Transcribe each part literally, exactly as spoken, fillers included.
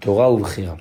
תורה ובחירה.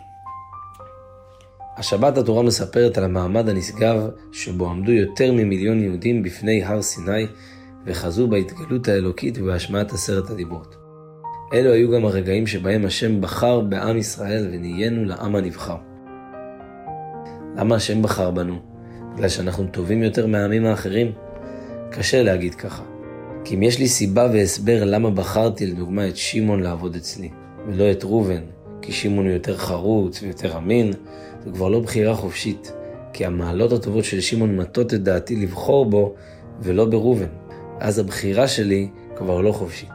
השבת התורה מספרת על המעמד הנשגב שבו עמדו יותר ממיליון יהודים בפני הר סיני וחזו בהתגלות האלוקית ובהשמעת עשרת הדיברות. אלו היו גם הרגעים שבהם השם בחר בעם ישראל ונהיינו לעם הנבחר. למה השם בחר בנו? בגלל שאנחנו טובים יותר מהעמים האחרים? קשה להגיד ככה. כי אם יש לי סיבה והסבר למה בחרתי לדוגמה את שמעון לעבוד אצלי ולא את ראובן, כי שמעון הוא יותר חרוץ ויותר אמין, זו כבר לא בחירה חופשית, כי המעלות הטובות של שמעון מטות את דעתי לבחור בו ולא בראובן. אז הבחירה שלי כבר לא חופשית.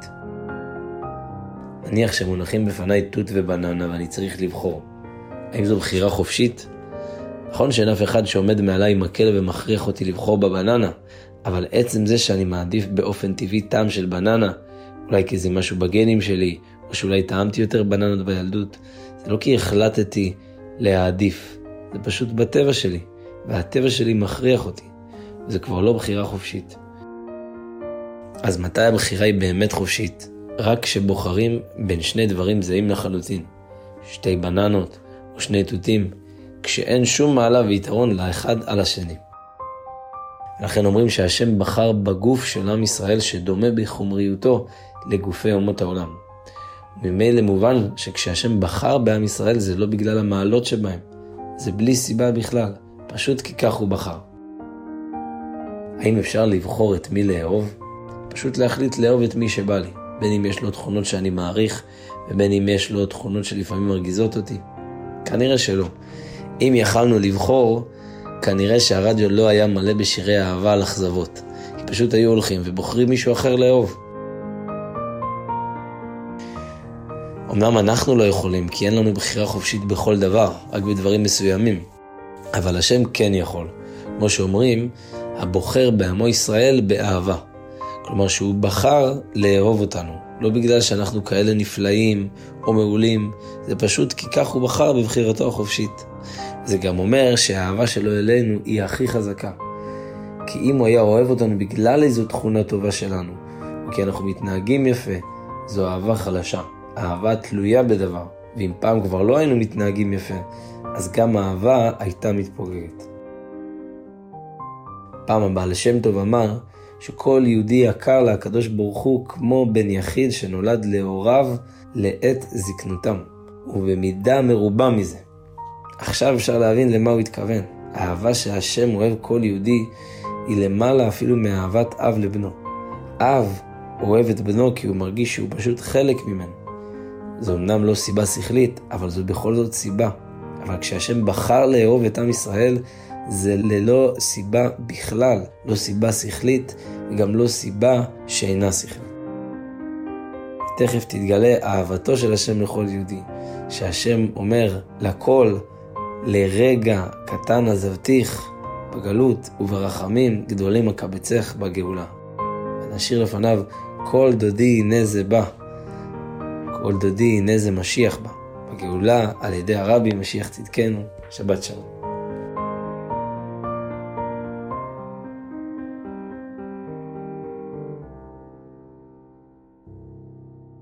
נניח שמונחים בפניי תות ובננה ואני צריך לבחור. האם זו בחירה חופשית? נכון שאין אף אחד שעומד מעליי מקל ומכריח אותי לבחור בבננה, אבל עצם זה שאני מעדיף באופן טבעי טעם של בננה, אולי כי זה משהו בגנים שלי, או שאולי טעמתי יותר בננות בילדות, זה לא כי החלטתי להעדיף, זה פשוט בטבע שלי, והטבע שלי מכריח אותי, וזה כבר לא בחירה חופשית. אז מתי הבחירה היא באמת חופשית? רק כשבוחרים בין שני דברים זהים לחלוטין, שתי בננות או שני תותים, כשאין שום מעלה ויתרון לאחד על השני. לכן אומרים שהשם בחר בגוף של עם ישראל שדומה בחומריותו לגופי אומות העולם. ממילא מובן שכשהשם בחר בעם ישראל זה לא בגלל המעלות שבהם, זה בלי סיבה בכלל, פשוט כי כך הוא בחר. האם אפשר לבחור את מי לאהוב? פשוט להחליט לאהוב את מי שבא לי, בין אם יש לו תכונות שאני מעריך ובין אם יש לו תכונות שלפעמים מרגיזות אותי. כנראה שלא. אם יכלנו לבחור, כנראה שהרדיו לא היה מלא בשירי אהבה על אכזבות, כי פשוט היו הולכים ובוחרים מישהו אחר לאהוב. אמנם אנחנו לא יכולים, כי אין לנו בחירה חופשית בכל דבר, רק בדברים מסוימים. אבל השם כן יכול. כמו שאומרים, הבוחר בעמו ישראל באהבה. כלומר שהוא בחר לאהוב אותנו. לא בגלל שאנחנו כאלה נפלאים או מעולים, זה פשוט כי כך הוא בחר בבחירתו החופשית. זה גם אומר שהאהבה שלו אלינו היא הכי חזקה. כי אם הוא היה אוהב אותנו בגלל איזו תכונה טובה שלנו, או כי אנחנו מתנהגים יפה, זו אהבה חלשה. האהבה תלויה בדבר, ואם פעם כבר לא היינו מתנהגים יפה, אז גם האהבה הייתה מתפוגגת. פעם הבעל שם טוב אמר שכל יהודי יקר לקדוש ברוך הוא כמו בן יחיד שנולד להוריו לעת זקנותם, ובמידה מרובה מזה. עכשיו אפשר להבין למה הוא התכוון. האהבה שהשם אוהב כל יהודי היא למעלה אפילו מאהבת אב לבנו. אב אוהב את בנו כי הוא מרגיש שהוא פשוט חלק ממנו. זו אמנם לא סיבה שכלית, אבל זו בכל זאת סיבה. אבל כשהשם בחר לאהוב את עם ישראל, זה ללא סיבה בכלל, לא סיבה שכלית, וגם לא סיבה שאינה שכלית. תכף תתגלה אהבתו של השם לכל יהודי, שהשם אומר לכל, לרגע קטן עזבתיך בגלות וברחמים גדולים אקבצך בגאולה. ונשאיר לפניו כל דודי הנה זה בא, כל דודי הנה זה משיח בא. בגאולה על ידי הרבי משיח צדקנו. שבת שלום.